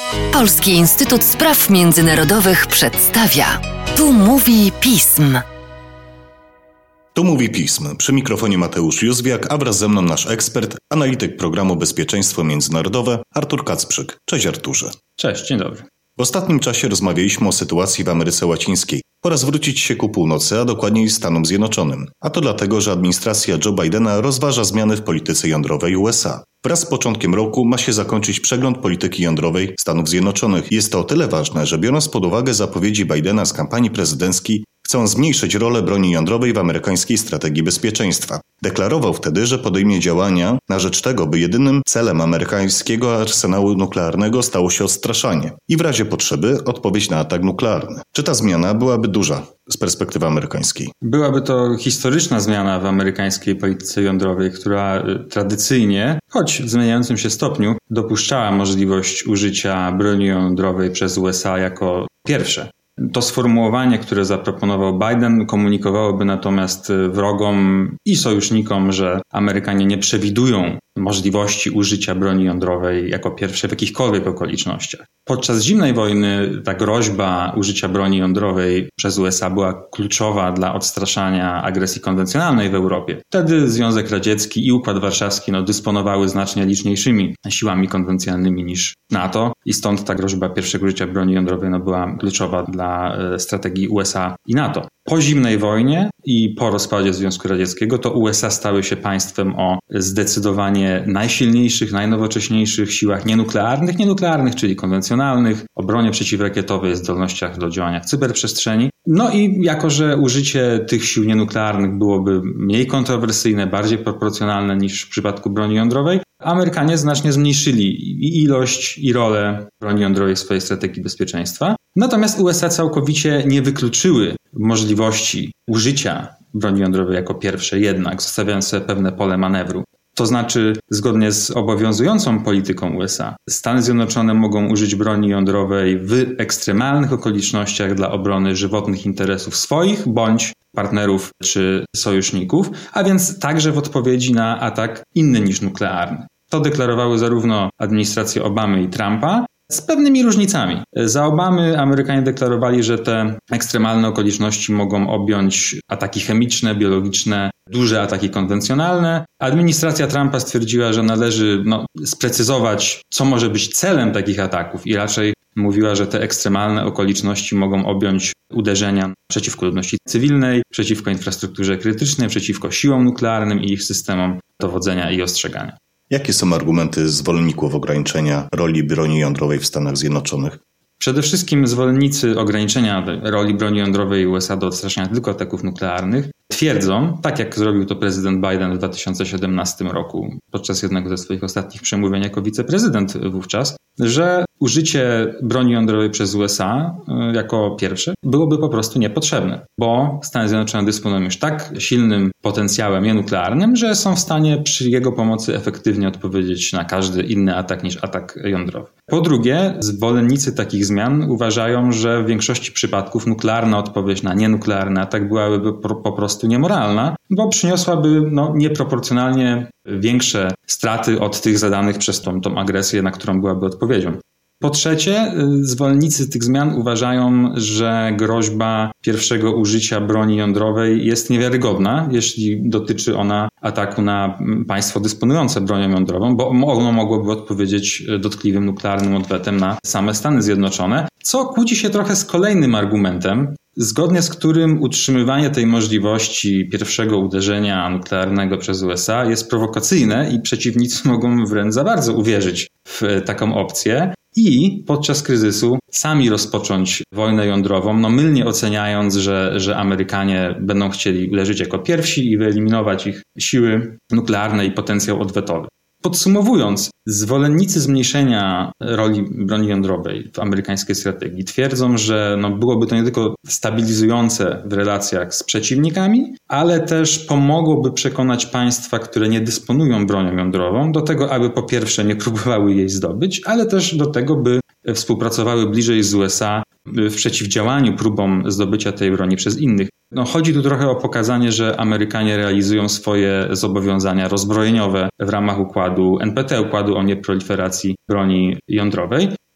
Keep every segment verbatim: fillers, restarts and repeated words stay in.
Polski Instytut Spraw Międzynarodowych przedstawia. Tu mówi pism. Tu mówi pism. Przy mikrofonie Mateusz Józwiak, a wraz ze mną nasz ekspert, analityk programu Bezpieczeństwo Międzynarodowe Artur Kacprzyk. Cześć Arturze. Cześć, dzień dobry. W ostatnim czasie rozmawialiśmy o sytuacji w Ameryce Łacińskiej. Pora zwrócić się ku północy, a dokładniej Stanom Zjednoczonym. A to dlatego, że administracja Joe Bidena rozważa zmiany w polityce jądrowej U S A. Wraz z początkiem roku ma się zakończyć przegląd polityki jądrowej Stanów Zjednoczonych. Jest to o tyle ważne, że biorąc pod uwagę zapowiedzi Bidena z kampanii prezydenckiej, chcą zmniejszyć rolę broni jądrowej w amerykańskiej strategii bezpieczeństwa. Deklarował wtedy, że podejmie działania na rzecz tego, by jedynym celem amerykańskiego arsenału nuklearnego stało się odstraszanie i w razie potrzeby odpowiedź na atak nuklearny. Czy ta zmiana byłaby duża z perspektywy amerykańskiej? Byłaby to historyczna zmiana w amerykańskiej polityce jądrowej, która tradycyjnie, choć w zmieniającym się stopniu, dopuszczała możliwość użycia broni jądrowej przez U S A jako pierwsze. To sformułowanie, które zaproponował Biden, komunikowałoby natomiast wrogom i sojusznikom, że Amerykanie nie przewidują możliwości użycia broni jądrowej jako pierwsze w jakichkolwiek okolicznościach. Podczas zimnej wojny ta groźba użycia broni jądrowej przez U S A była kluczowa dla odstraszania agresji konwencjonalnej w Europie. Wtedy Związek Radziecki i Układ Warszawski no, dysponowały znacznie liczniejszymi siłami konwencjonalnymi niż NATO i stąd ta groźba pierwszego użycia broni jądrowej no, była kluczowa dla e, strategii U S A i NATO. Po zimnej wojnie i po rozpadzie Związku Radzieckiego to U S A stały się państwem o zdecydowanie najsilniejszych, najnowocześniejszych siłach nienuklearnych, nienuklearnych, czyli konwencjonalnych, obronie przeciwrakietowej, zdolnościach do działania w cyberprzestrzeni. No i jako, że użycie tych sił nienuklearnych byłoby mniej kontrowersyjne, bardziej proporcjonalne niż w przypadku broni jądrowej, Amerykanie znacznie zmniejszyli i ilość, i rolę broni jądrowej w swojej strategii bezpieczeństwa. Natomiast U S A całkowicie nie wykluczyły możliwości użycia broni jądrowej jako pierwsze, jednak zostawiając sobie pewne pole manewru. To znaczy, zgodnie z obowiązującą polityką U S A, Stany Zjednoczone mogą użyć broni jądrowej w ekstremalnych okolicznościach dla obrony żywotnych interesów swoich bądź partnerów czy sojuszników, a więc także w odpowiedzi na atak inny niż nuklearny. To deklarowały zarówno administracje Obamy i Trumpa, z pewnymi różnicami. Za Obamy Amerykanie deklarowali, że te ekstremalne okoliczności mogą objąć ataki chemiczne, biologiczne, duże ataki konwencjonalne. Administracja Trumpa stwierdziła, że należy no, sprecyzować, co może być celem takich ataków i raczej mówiła, że te ekstremalne okoliczności mogą objąć uderzenia przeciwko ludności cywilnej, przeciwko infrastrukturze krytycznej, przeciwko siłom nuklearnym i ich systemom dowodzenia i ostrzegania. Jakie są argumenty zwolenników ograniczenia roli broni jądrowej w Stanach Zjednoczonych? Przede wszystkim zwolennicy ograniczenia roli broni jądrowej U S A do odstraszania tylko ataków nuklearnych twierdzą, tak jak zrobił to prezydent Biden w dwa tysiące siedemnastym roku podczas jednego ze swoich ostatnich przemówień jako wiceprezydent wówczas, że użycie broni jądrowej przez U S A jako pierwsze byłoby po prostu niepotrzebne, bo Stany Zjednoczone dysponują już tak silnym potencjałem nienuklearnym, że są w stanie przy jego pomocy efektywnie odpowiedzieć na każdy inny atak niż atak jądrowy. Po drugie, zwolennicy takich zmian uważają, że w większości przypadków nuklearna odpowiedź na nienuklearny atak byłaby po prostu niemoralna, bo przyniosłaby no, nieproporcjonalnie większe straty od tych zadanych przez tą, tą agresję, na którą byłaby odpowiedzią. Po trzecie, zwolennicy tych zmian uważają, że groźba pierwszego użycia broni jądrowej jest niewiarygodna, jeśli dotyczy ona ataku na państwo dysponujące bronią jądrową, bo ono mogłoby odpowiedzieć dotkliwym nuklearnym odwetem na same Stany Zjednoczone, co kłóci się trochę z kolejnym argumentem, zgodnie z którym utrzymywanie tej możliwości pierwszego uderzenia nuklearnego przez U S A jest prowokacyjne i przeciwnicy mogą wręcz za bardzo uwierzyć w taką opcję i podczas kryzysu sami rozpocząć wojnę jądrową, no mylnie oceniając, że, że Amerykanie będą chcieli uderzyć jako pierwsi i wyeliminować ich siły nuklearne i potencjał odwetowy. Podsumowując, zwolennicy zmniejszenia roli broni jądrowej w amerykańskiej strategii twierdzą, że no byłoby to nie tylko stabilizujące w relacjach z przeciwnikami, ale też pomogłoby przekonać państwa, które nie dysponują bronią jądrową, do tego, aby po pierwsze nie próbowały jej zdobyć, ale też do tego, by współpracowały bliżej z U S A w przeciwdziałaniu próbom zdobycia tej broni przez innych. No, chodzi tu trochę o pokazanie, że Amerykanie realizują swoje zobowiązania rozbrojeniowe w ramach układu N P T, układu o nieproliferacji broni jądrowej.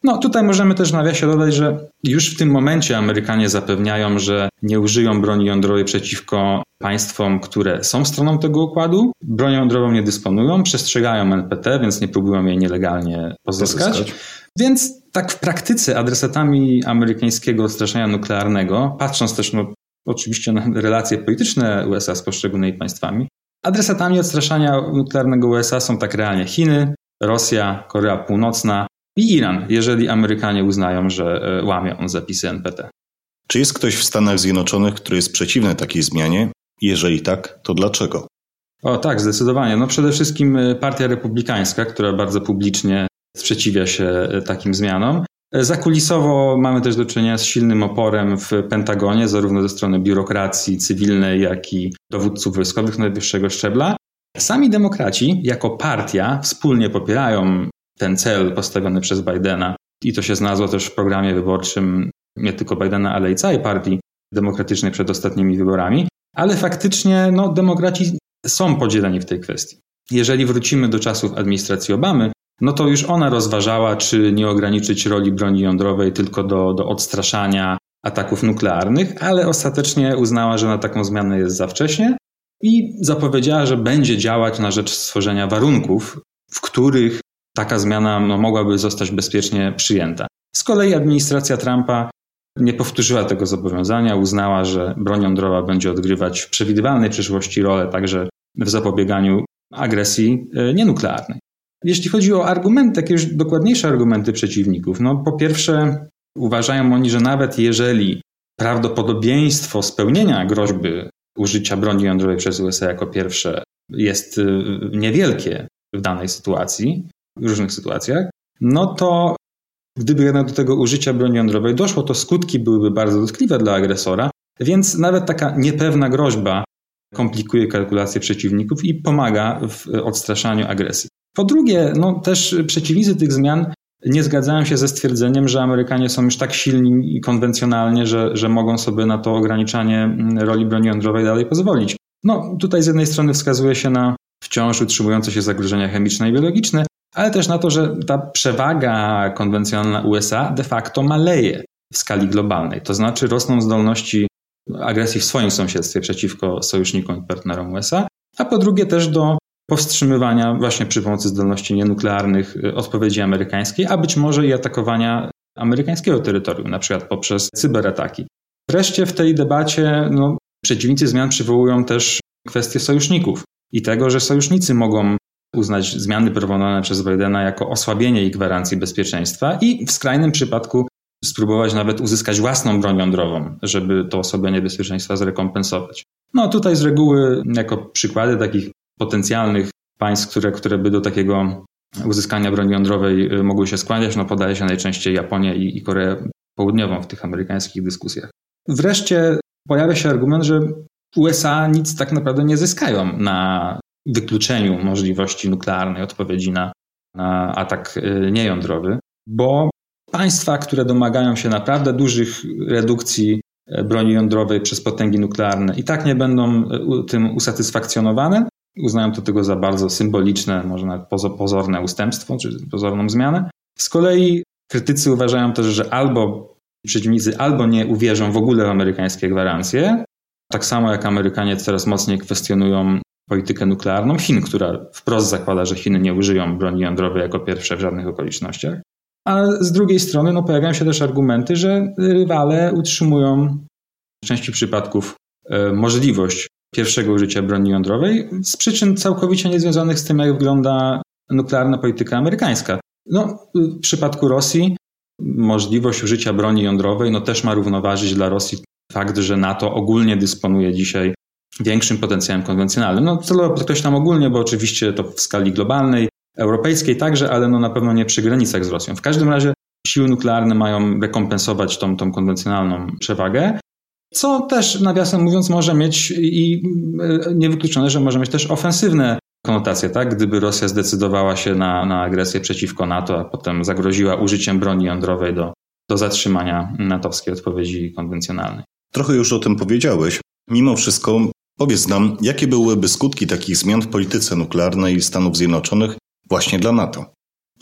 No tutaj możemy też w nawiasie dodać, że już w tym momencie Amerykanie zapewniają, że nie użyją broni jądrowej przeciwko państwom, które są stroną tego układu. Bronią jądrową nie dysponują, przestrzegają N P T, więc nie próbują jej nielegalnie pozyskać. pozyskać. Więc tak w praktyce adresatami amerykańskiego odstraszania nuklearnego, patrząc też no, oczywiście na relacje polityczne U S A z poszczególnymi państwami, adresatami odstraszania nuklearnego U S A są tak realnie Chiny, Rosja, Korea Północna i Iran, jeżeli Amerykanie uznają, że łamie on zapisy N P T. Czy jest ktoś w Stanach Zjednoczonych, który jest przeciwny takiej zmianie? Jeżeli tak, to dlaczego? O tak, zdecydowanie. No przede wszystkim Partia Republikańska, która bardzo publicznie sprzeciwia się takim zmianom. Zakulisowo mamy też do czynienia z silnym oporem w Pentagonie, zarówno ze strony biurokracji cywilnej, jak i dowódców wojskowych najwyższego szczebla. Sami demokraci jako partia wspólnie popierają ten cel postawiony przez Bidena i to się znalazło też w programie wyborczym nie tylko Bidena, ale i całej partii demokratycznej przed ostatnimi wyborami, ale faktycznie no, demokraci są podzieleni w tej kwestii. Jeżeli wrócimy do czasów administracji Obamy, no to już ona rozważała, czy nie ograniczyć roli broni jądrowej tylko do, do odstraszania ataków nuklearnych, ale ostatecznie uznała, że na taką zmianę jest za wcześnie i zapowiedziała, że będzie działać na rzecz stworzenia warunków, w których taka zmiana no, mogłaby zostać bezpiecznie przyjęta. Z kolei administracja Trumpa nie powtórzyła tego zobowiązania, uznała, że broń jądrowa będzie odgrywać w przewidywalnej przyszłości rolę także w zapobieganiu agresji nienuklearnej. Jeśli chodzi o argumenty, takie już dokładniejsze argumenty przeciwników, no po pierwsze uważają oni, że nawet jeżeli prawdopodobieństwo spełnienia groźby użycia broni jądrowej przez U S A jako pierwsze jest niewielkie w danej sytuacji, w różnych sytuacjach, no to gdyby jednak do tego użycia broni jądrowej doszło, to skutki byłyby bardzo dotkliwe dla agresora, więc nawet taka niepewna groźba komplikuje kalkulacje przeciwników i pomaga w odstraszaniu agresji. Po drugie, no też przeciwnicy tych zmian nie zgadzają się ze stwierdzeniem, że Amerykanie są już tak silni konwencjonalnie, że, że mogą sobie na to ograniczanie roli broni jądrowej dalej pozwolić. No tutaj z jednej strony wskazuje się na wciąż utrzymujące się zagrożenia chemiczne i biologiczne, ale też na to, że ta przewaga konwencjonalna U S A de facto maleje w skali globalnej. To znaczy rosną zdolności agresji w swoim sąsiedztwie przeciwko sojusznikom i partnerom U S A, a po drugie też do powstrzymywania właśnie przy pomocy zdolności nienuklearnych odpowiedzi amerykańskiej, a być może i atakowania amerykańskiego terytorium, na przykład poprzez cyberataki. Wreszcie w tej debacie no, przeciwnicy zmian przywołują też kwestię sojuszników i tego, że sojusznicy mogą uznać zmiany proponowane przez Bidena jako osłabienie ich gwarancji bezpieczeństwa i w skrajnym przypadku spróbować nawet uzyskać własną broń jądrową, żeby to osłabienie bezpieczeństwa zrekompensować. No tutaj z reguły jako przykłady takich potencjalnych państw, które, które by do takiego uzyskania broni jądrowej mogły się skłaniać, no podaje się najczęściej Japonię i, i Koreę Południową w tych amerykańskich dyskusjach. Wreszcie pojawia się argument, że U S A nic tak naprawdę nie zyskają na wykluczeniu możliwości nuklearnej odpowiedzi na, na atak niejądrowy, bo państwa, które domagają się naprawdę dużych redukcji broni jądrowej przez potęgi nuklearne i tak nie będą tym usatysfakcjonowane, uznają to tego za bardzo symboliczne, może nawet pozorne ustępstwo, czy pozorną zmianę. Z kolei krytycy uważają też, że albo przeciwnicy albo nie uwierzą w ogóle w amerykańskie gwarancje, tak samo jak Amerykanie coraz mocniej kwestionują politykę nuklearną Chin, która wprost zakłada, że Chiny nie użyją broni jądrowej jako pierwsze w żadnych okolicznościach. A z drugiej strony no, pojawiają się też argumenty, że rywale utrzymują w części przypadków e, możliwość pierwszego użycia broni jądrowej z przyczyn całkowicie niezwiązanych z tym, jak wygląda nuklearna polityka amerykańska. No, w przypadku Rosji możliwość użycia broni jądrowej no, też ma równoważyć dla Rosji fakt, że NATO ogólnie dysponuje dzisiaj większym potencjałem konwencjonalnym. No, celowo podkreślam ogólnie, bo oczywiście to w skali globalnej, europejskiej także, ale no na pewno nie przy granicach z Rosją. W każdym razie siły nuklearne mają rekompensować tą, tą konwencjonalną przewagę, co też nawiasem mówiąc może mieć i niewykluczone, że może mieć też ofensywne konotacje, tak? Gdyby Rosja zdecydowała się na, na agresję przeciwko NATO, a potem zagroziła użyciem broni jądrowej do, do zatrzymania natowskiej odpowiedzi konwencjonalnej. Trochę już o tym powiedziałeś. Mimo wszystko powiedz nam, jakie byłyby skutki takich zmian w polityce nuklearnej Stanów Zjednoczonych właśnie dla NATO?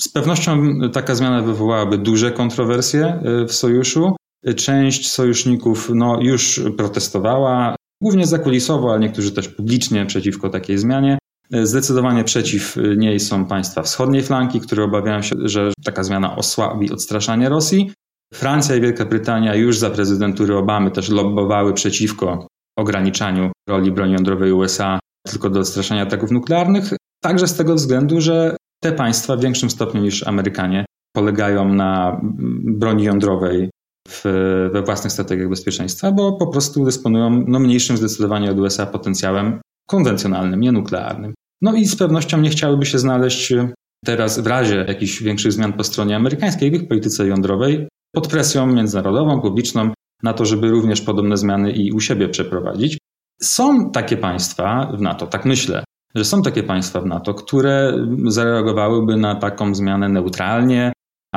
Z pewnością taka zmiana wywołałaby duże kontrowersje w sojuszu. Część sojuszników no, już protestowała, głównie zakulisowo, ale niektórzy też publicznie przeciwko takiej zmianie. Zdecydowanie przeciw niej są państwa wschodniej flanki, które obawiają się, że taka zmiana osłabi odstraszanie Rosji. Francja i Wielka Brytania już za prezydentury Obamy też lobbowały przeciwko ograniczaniu roli broni jądrowej U S A tylko do odstraszania ataków nuklearnych. Także z tego względu, że te państwa w większym stopniu niż Amerykanie polegają na broni jądrowej w, we własnych strategiach bezpieczeństwa, bo po prostu dysponują no, mniejszym zdecydowanie od U S A potencjałem konwencjonalnym, nienuklearnym. No i z pewnością nie chciałyby się znaleźć teraz w razie jakichś większych zmian po stronie amerykańskiej w ich polityce jądrowej pod presją międzynarodową, publiczną na to, żeby również podobne zmiany i u siebie przeprowadzić. Są takie państwa w NATO, tak myślę, że są takie państwa w NATO, które zareagowałyby na taką zmianę neutralnie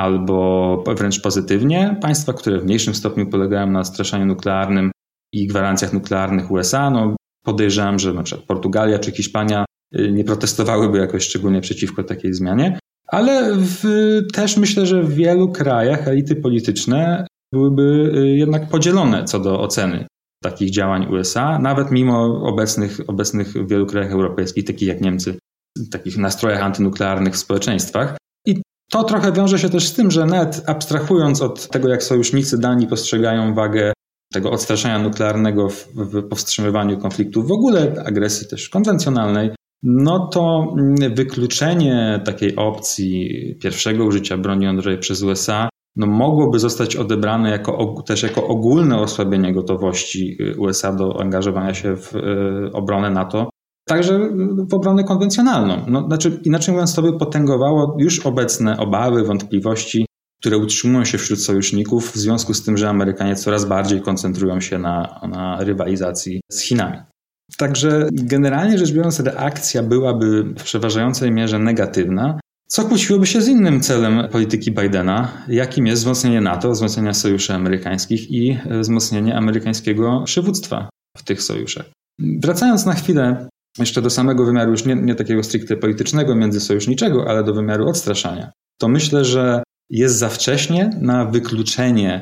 albo wręcz pozytywnie. Państwa, które w mniejszym stopniu polegają na odstraszaniu nuklearnym i gwarancjach nuklearnych U S A, no podejrzewam, że na przykład Portugalia czy Hiszpania nie protestowałyby jakoś szczególnie przeciwko takiej zmianie, ale w, też myślę, że w wielu krajach elity polityczne byłyby jednak podzielone co do oceny takich działań U S A, nawet mimo obecnych, obecnych w wielu krajach europejskich, takich jak Niemcy, takich nastrojach antynuklearnych w społeczeństwach. I to trochę wiąże się też z tym, że nawet abstrahując od tego, jak sojusznicy dani postrzegają wagę tego odstraszania nuklearnego w, w powstrzymywaniu konfliktów, w ogóle agresji też konwencjonalnej, no to wykluczenie takiej opcji pierwszego użycia broni jądrowej przez U S A no mogłoby zostać odebrane jako, też jako ogólne osłabienie gotowości U S A do angażowania się w obronę NATO, także w obronę konwencjonalną. No, znaczy, inaczej mówiąc, to by potęgowało już obecne obawy, wątpliwości, które utrzymują się wśród sojuszników w związku z tym, że Amerykanie coraz bardziej koncentrują się na, na rywalizacji z Chinami. Także generalnie rzecz biorąc, reakcja byłaby w przeważającej mierze negatywna, co kłóciłoby się z innym celem polityki Bidena, jakim jest wzmocnienie NATO, wzmocnienie sojuszy amerykańskich i wzmocnienie amerykańskiego przywództwa w tych sojuszach. Wracając na chwilę jeszcze do samego wymiaru już nie, nie takiego stricte politycznego, międzysojuszniczego, ale do wymiaru odstraszania, to myślę, że jest za wcześnie na wykluczenie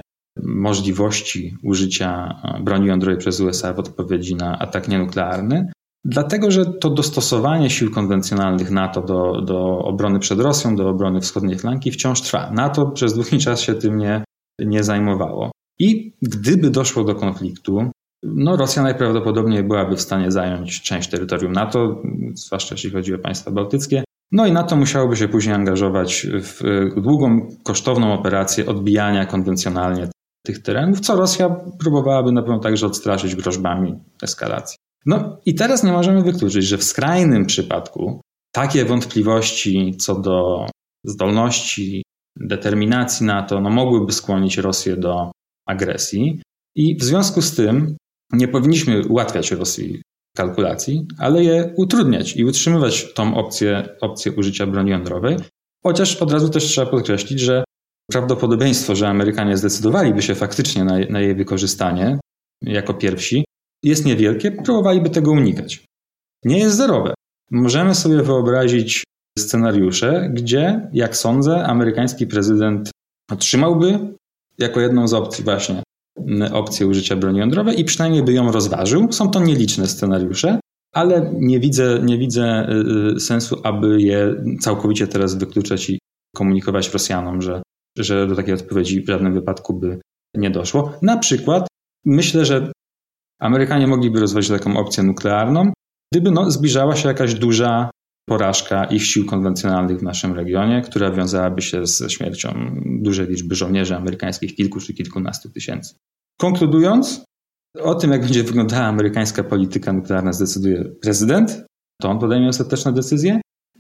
możliwości użycia broni jądrowej przez U S A w odpowiedzi na atak nienuklearny, dlatego że to dostosowanie sił konwencjonalnych NATO do, do obrony przed Rosją, do obrony wschodniej flanki wciąż trwa. NATO przez długi czas się tym nie, nie zajmowało. I gdyby doszło do konfliktu, no Rosja najprawdopodobniej byłaby w stanie zająć część terytorium NATO, zwłaszcza jeśli chodzi o państwa bałtyckie. No i NATO musiałoby się później angażować w długą, kosztowną operację odbijania konwencjonalnie tych terenów, co Rosja próbowałaby na pewno także odstraszyć groźbami eskalacji. No i teraz nie możemy wykluczyć, że w skrajnym przypadku takie wątpliwości co do zdolności, determinacji NATO no mogłyby skłonić Rosję do agresji i w związku z tym nie powinniśmy ułatwiać Rosji kalkulacji, ale je utrudniać i utrzymywać tą opcję, opcję użycia broni jądrowej, chociaż od razu też trzeba podkreślić, że prawdopodobieństwo, że Amerykanie zdecydowaliby się faktycznie na, na jej wykorzystanie jako pierwsi, jest niewielkie, próbowaliby tego unikać. Nie jest zerowe. Możemy sobie wyobrazić scenariusze, gdzie, jak sądzę, amerykański prezydent otrzymałby jako jedną z opcji właśnie opcję użycia broni jądrowej i przynajmniej by ją rozważył. Są to nieliczne scenariusze, ale nie widzę, nie widzę sensu, aby je całkowicie teraz wykluczać i komunikować Rosjanom, że, że do takiej odpowiedzi w żadnym wypadku by nie doszło. Na przykład myślę, że Amerykanie mogliby rozważyć taką opcję nuklearną, gdyby no, zbliżała się jakaś duża porażka ich sił konwencjonalnych w naszym regionie, która wiązałaby się ze śmiercią dużej liczby żołnierzy amerykańskich, kilku czy kilkunastu tysięcy. Konkludując, o tym, jak będzie wyglądała amerykańska polityka nuklearna, zdecyduje prezydent. To on podejmie ostateczne decyzje.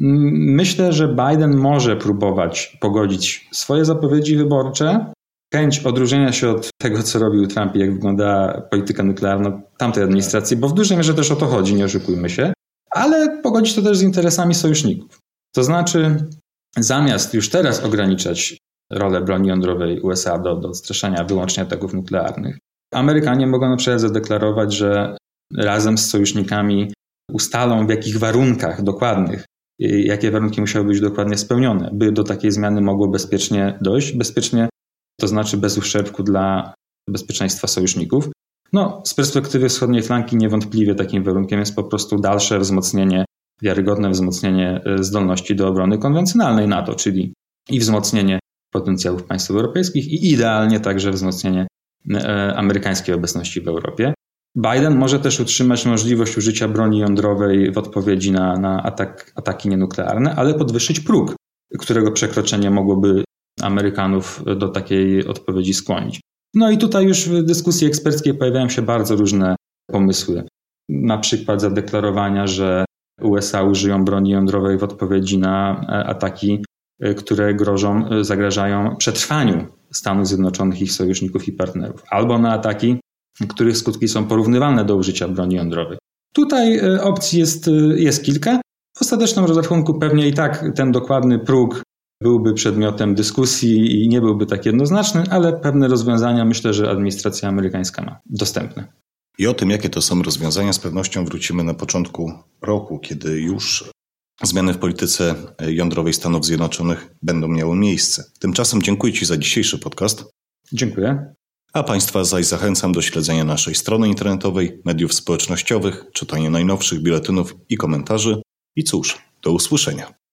Myślę, że Biden może próbować pogodzić swoje zapowiedzi wyborcze, chęć odróżnienia się od tego, co robił Trump i jak wygląda polityka nuklearna tamtej administracji, bo w dużej mierze też o to chodzi, nie oszukujmy się, ale pogodzić to też z interesami sojuszników. To znaczy, zamiast już teraz ograniczać rolę broni jądrowej U S A do, do odstraszania wyłącznie ataków nuklearnych, Amerykanie mogą na przykład zadeklarować, że razem z sojusznikami ustalą, w jakich warunkach dokładnych jakie warunki musiały być dokładnie spełnione, by do takiej zmiany mogło bezpiecznie dojść. Bezpiecznie to znaczy bez uszczerbku dla bezpieczeństwa sojuszników. No, z perspektywy wschodniej flanki niewątpliwie takim warunkiem jest po prostu dalsze wzmocnienie, wiarygodne wzmocnienie zdolności do obrony konwencjonalnej NATO, czyli i wzmocnienie potencjałów państw europejskich i idealnie także wzmocnienie amerykańskiej obecności w Europie. Biden może też utrzymać możliwość użycia broni jądrowej w odpowiedzi na, na atak, ataki nienuklearne, ale podwyższyć próg, którego przekroczenie mogłoby Amerykanów do takiej odpowiedzi skłonić. No i tutaj już w dyskusji eksperckiej pojawiają się bardzo różne pomysły. Na przykład zadeklarowania, że U S A użyją broni jądrowej w odpowiedzi na ataki, które grożą, zagrażają przetrwaniu Stanów Zjednoczonych, ich sojuszników i partnerów. Albo na ataki, których skutki są porównywalne do użycia broni jądrowej. Tutaj opcji jest, jest kilka. W ostatecznym rozrachunku pewnie i tak ten dokładny próg byłby przedmiotem dyskusji i nie byłby tak jednoznaczny, ale pewne rozwiązania myślę, że administracja amerykańska ma dostępne. I o tym, jakie to są rozwiązania, z pewnością wrócimy na początku roku, kiedy już zmiany w polityce jądrowej Stanów Zjednoczonych będą miały miejsce. Tymczasem dziękuję Ci za dzisiejszy podcast. Dziękuję. A Państwa zaś zachęcam do śledzenia naszej strony internetowej, mediów społecznościowych, czytania najnowszych biuletynów i komentarzy. I cóż, do usłyszenia.